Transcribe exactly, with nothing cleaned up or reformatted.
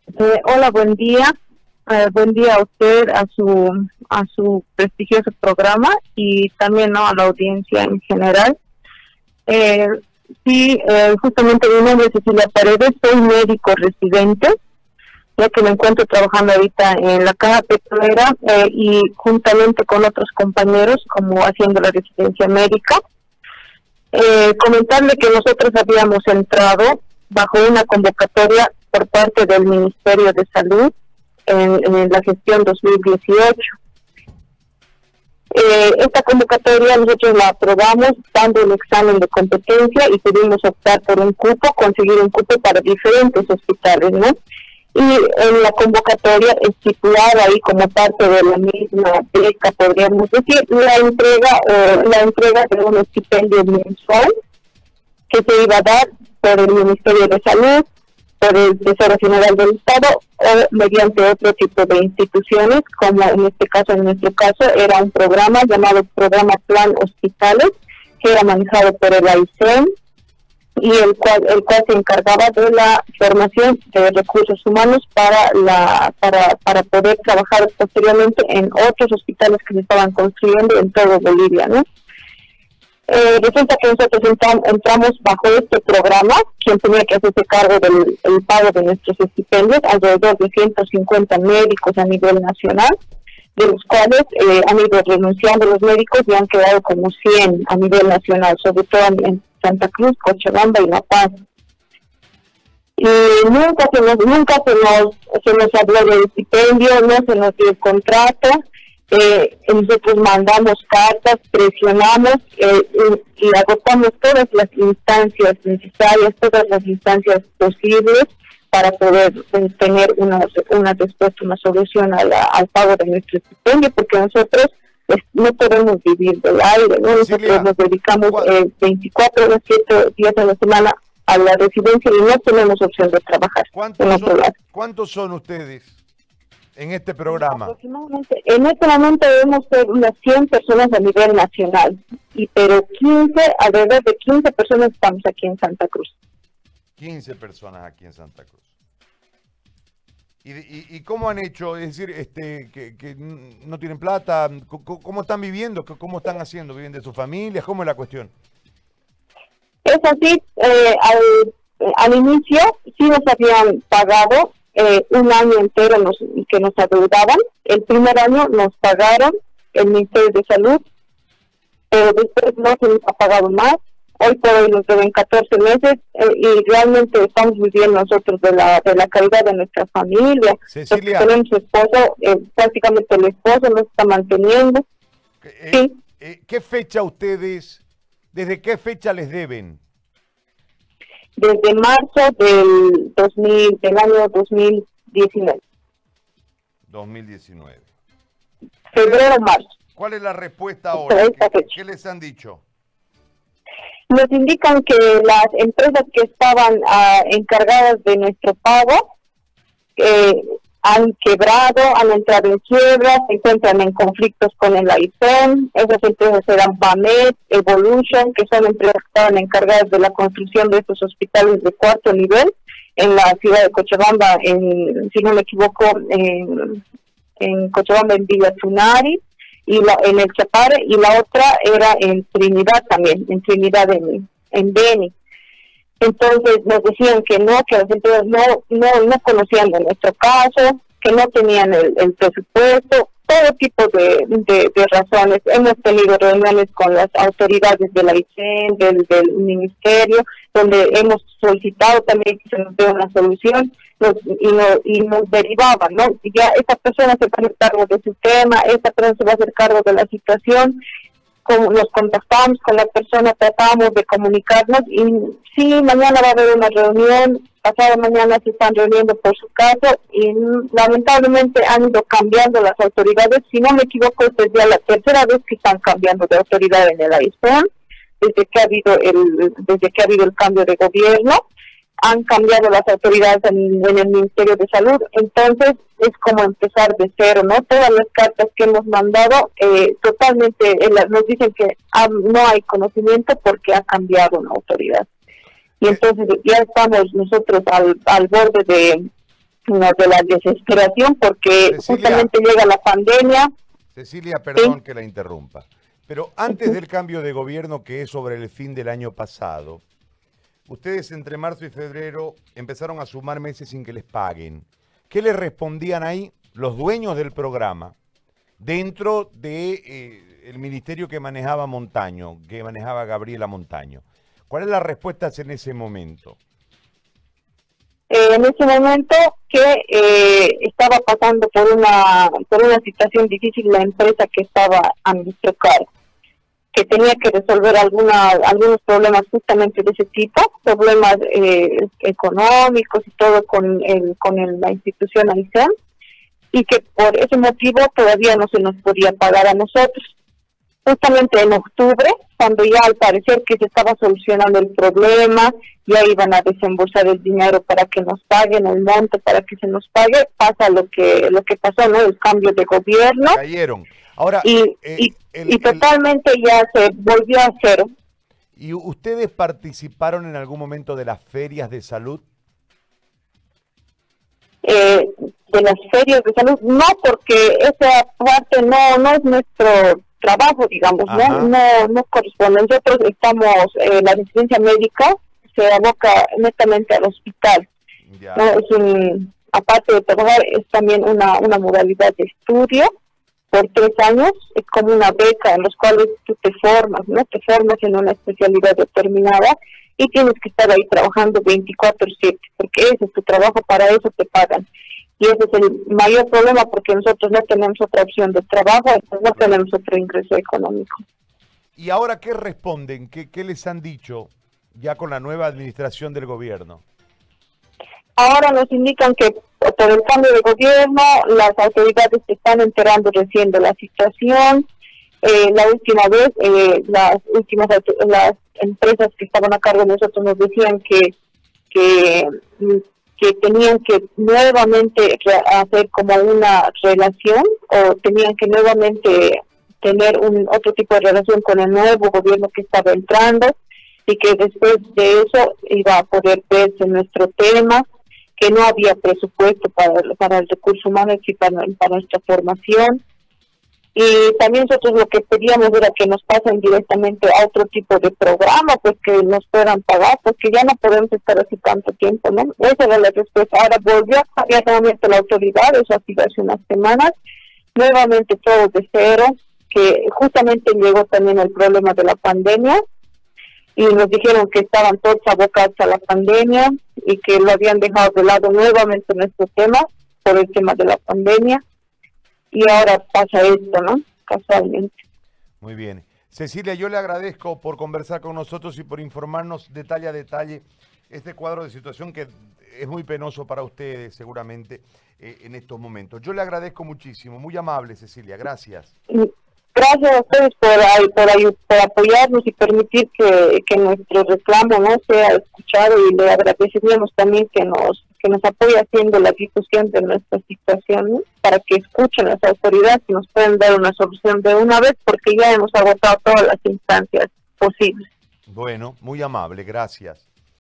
Eh, hola, buen día. Eh, buen día a usted, a su a su prestigioso programa y también, ¿no?, a la audiencia en general. Eh, sí, eh, justamente mi nombre es Cecilia Paredes, soy médico residente, ya que me encuentro trabajando ahorita en la caja petrolera eh, y juntamente con otros compañeros, como haciendo la residencia médica. Eh, comentarle que nosotros habíamos entrado bajo una convocatoria por parte del Ministerio de Salud en, en la gestión dos mil dieciocho. Eh, esta convocatoria nosotros la aprobamos dando el examen de competencia y pudimos optar por un cupo, conseguir un cupo para diferentes hospitales, ¿no? Y en la convocatoria estipulada ahí como parte de la misma beca, podríamos decir, la entrega, eh, la entrega de un estipendio mensual que se iba a dar por el Ministerio de Salud, por el Tesoro General del Estado o mediante otro tipo de instituciones, como en este caso, en nuestro caso, era un programa llamado Programa Plan Hospitales, que era manejado por el A I C E M y el cual el cual se encargaba de la formación de recursos humanos para la para para poder trabajar posteriormente en otros hospitales que se estaban construyendo en todo Bolivia, ¿no? Eh, resulta que nosotros entram, entramos bajo este programa, quien tenía que hacerse cargo del el pago de nuestros estipendios, alrededor de ciento cincuenta médicos a nivel nacional, de los cuales eh, han ido renunciando los médicos y han quedado como cien a nivel nacional, sobre todo en Santa Cruz, Cochabamba y La Paz. Y nunca se nos, nunca se nos, se nos habló del estipendio, no se nos dio el contrato. Eh, nosotros mandamos cartas, presionamos eh, y, y agotamos todas las instancias necesarias, todas las instancias posibles para poder eh, tener una, una respuesta, una solución a la, al pago de nuestro estipendio, porque nosotros pues, no podemos vivir del aire, ¿no? Nosotros Silvia, nos dedicamos eh, veinticuatro horas, siete días a la semana a la residencia y no tenemos opción de trabajar. ¿Cuántos, en son, ¿cuántos son ustedes en este programa? Aproximadamente, en este momento debemos ser unas cien personas a nivel nacional, y pero quince, alrededor de quince personas estamos aquí en Santa Cruz. quince personas aquí en Santa Cruz. ¿Y, y, y cómo han hecho? Es decir, este, que, que no tienen plata, ¿cómo están viviendo? ¿Cómo están haciendo? ¿Viven de sus familias? ¿Cómo es la cuestión? Es así, eh, al, al inicio sí nos habían pagado eh, un año entero nos, que nos adeudaban. El primer año nos pagaron el Ministerio de Salud, pero después no se nos ha pagado más. Hoy por hoy nos deben catorce meses eh, y realmente estamos viviendo nosotros de la de la calidad de nuestra familia. Cecilia, tenemos esposo, eh, prácticamente el esposo nos está manteniendo. Eh, sí. eh, ¿Qué fecha ustedes, desde qué fecha les deben? Desde marzo del dos mil, del año dos mil diecinueve. dos mil diecinueve. Febrero, marzo. ¿Cuál es la respuesta ahora? ¿Qué, ¿Qué les han dicho? Nos indican que las empresas que estaban uh, encargadas de nuestro pago eh, han quebrado, han entrado en quiebra, se encuentran en conflictos con el A I C E M. Esas empresas eran Bamet, Evolution, que son empresas que estaban encargadas de la construcción de estos hospitales de cuarto nivel en la ciudad de Cochabamba, en, si no me equivoco, en, en Cochabamba, en Villa Tunari, y la, en el Chapare, y la otra era en Trinidad también, en Trinidad en, en Beni. Entonces nos decían que no, que las empresas no, no, no conocían de nuestro caso, que no tenían el, el presupuesto, todo tipo de, de, de razones. Hemos tenido reuniones con las autoridades de la I C E M, del, del ministerio, donde hemos solicitado también que se nos dé una solución, nos, y, no, y nos derivaban, ¿no? Ya esta persona se va a hacer cargo de su tema, esta persona se va a hacer cargo de la situación. Como nos contactamos con la persona, tratamos de comunicarnos y sí, mañana va a haber una reunión, pasado mañana se están reuniendo por su caso y lamentablemente han ido cambiando las autoridades. Si no me equivoco, esta es ya la tercera vez que están cambiando de autoridad en el A I C E M, desde que ha habido el, desde que ha habido el cambio de gobierno. Han cambiado las autoridades en, en el Ministerio de Salud, entonces es como empezar de cero, ¿no? Todas las cartas que hemos mandado, eh, totalmente eh, nos dicen que ah, no hay conocimiento porque ha cambiado una autoridad. Y entonces ya estamos nosotros al, al borde de, no, de la desesperación, porque Cecilia, justamente llega la pandemia. Cecilia, perdón ¿Sí? que la interrumpa, pero antes del cambio de gobierno, que es sobre el fin del año pasado, ustedes entre marzo y febrero empezaron a sumar meses sin que les paguen. ¿Qué les respondían ahí los dueños del programa dentro de eh, el ministerio que manejaba Montaño, que manejaba Gabriela Montaño? ¿Cuáles las respuestas en ese momento? Eh, en ese momento que eh, estaba pasando por una por una situación difícil la empresa que estaba a nuestro cargo, que tenía que resolver alguna, algunos problemas justamente de ese tipo, problemas eh, económicos y todo con el, con el, la institución AICEM, y que por ese motivo todavía no se nos podía pagar a nosotros. Justamente en octubre, cuando ya al parecer que se estaba solucionando el problema, ya iban a desembolsar el dinero para que nos paguen, el monto para que se nos pague, pasa lo que lo que pasó, ¿no? El cambio de gobierno. Cayeron. Ahora, y, eh, y, el, y totalmente el... ya se volvió a cero. ¿Y ustedes participaron en algún momento de las ferias de salud? Eh, de las ferias de salud, no, porque esa parte no no es nuestro trabajo, digamos, no, no no corresponde. Nosotros estamos, eh, la residencia médica se aboca netamente al hospital. Ya. ¿No? Es un, aparte de trabajar, es también una, una modalidad de estudio por tres años, es como una beca en los cuales tú te formas, ¿no? Te formas en una especialidad determinada y tienes que estar ahí trabajando veinticuatro siete, porque ese es tu trabajo, para eso te pagan. Y ese es el mayor problema, porque nosotros no tenemos otra opción de trabajo, entonces no tenemos otro ingreso económico. ¿Y ahora qué responden? ¿Qué, qué les han dicho ya con la nueva administración del gobierno? Ahora nos indican que por el cambio de gobierno, las autoridades se están enterando recién de la situación. Eh, la última vez, eh, las últimas las empresas que estaban a cargo de nosotros nos decían que que que tenían que nuevamente hacer como una relación, o tenían que nuevamente tener un otro tipo de relación con el nuevo gobierno que estaba entrando, y que después de eso iba a poder verse nuestro tema, que no había presupuesto para, para el recurso humano y para, para nuestra formación. Y también nosotros lo que pedíamos era que nos pasen directamente a otro tipo de programa, pues que nos puedan pagar, porque ya no podemos estar así tanto tiempo, ¿no? Esa era la respuesta. Ahora volvió a cambiar nuevamente la autoridad, eso ha sido hace unas semanas, nuevamente todo de cero, que justamente llegó también el problema de la pandemia, y nos dijeron que estaban todos abocados a la pandemia y que lo habían dejado de lado nuevamente nuestro tema por el tema de la pandemia. Y ahora pasa esto, ¿no? Casualmente. Muy bien. Cecilia, yo le agradezco por conversar con nosotros y por informarnos detalle a detalle este cuadro de situación que es muy penoso para ustedes seguramente eh, en estos momentos. Yo le agradezco muchísimo, muy amable, Cecilia, gracias. Gracias a ustedes por, por, por apoyarnos y permitir que, que nuestro reclamo no sea escuchado, y le agradeceríamos también que nos que nos apoye haciendo la difusión de nuestra situación, ¿no? Para que escuchen las autoridades y nos puedan dar una solución de una vez, porque ya hemos agotado todas las instancias posibles. Bueno, muy amable, gracias.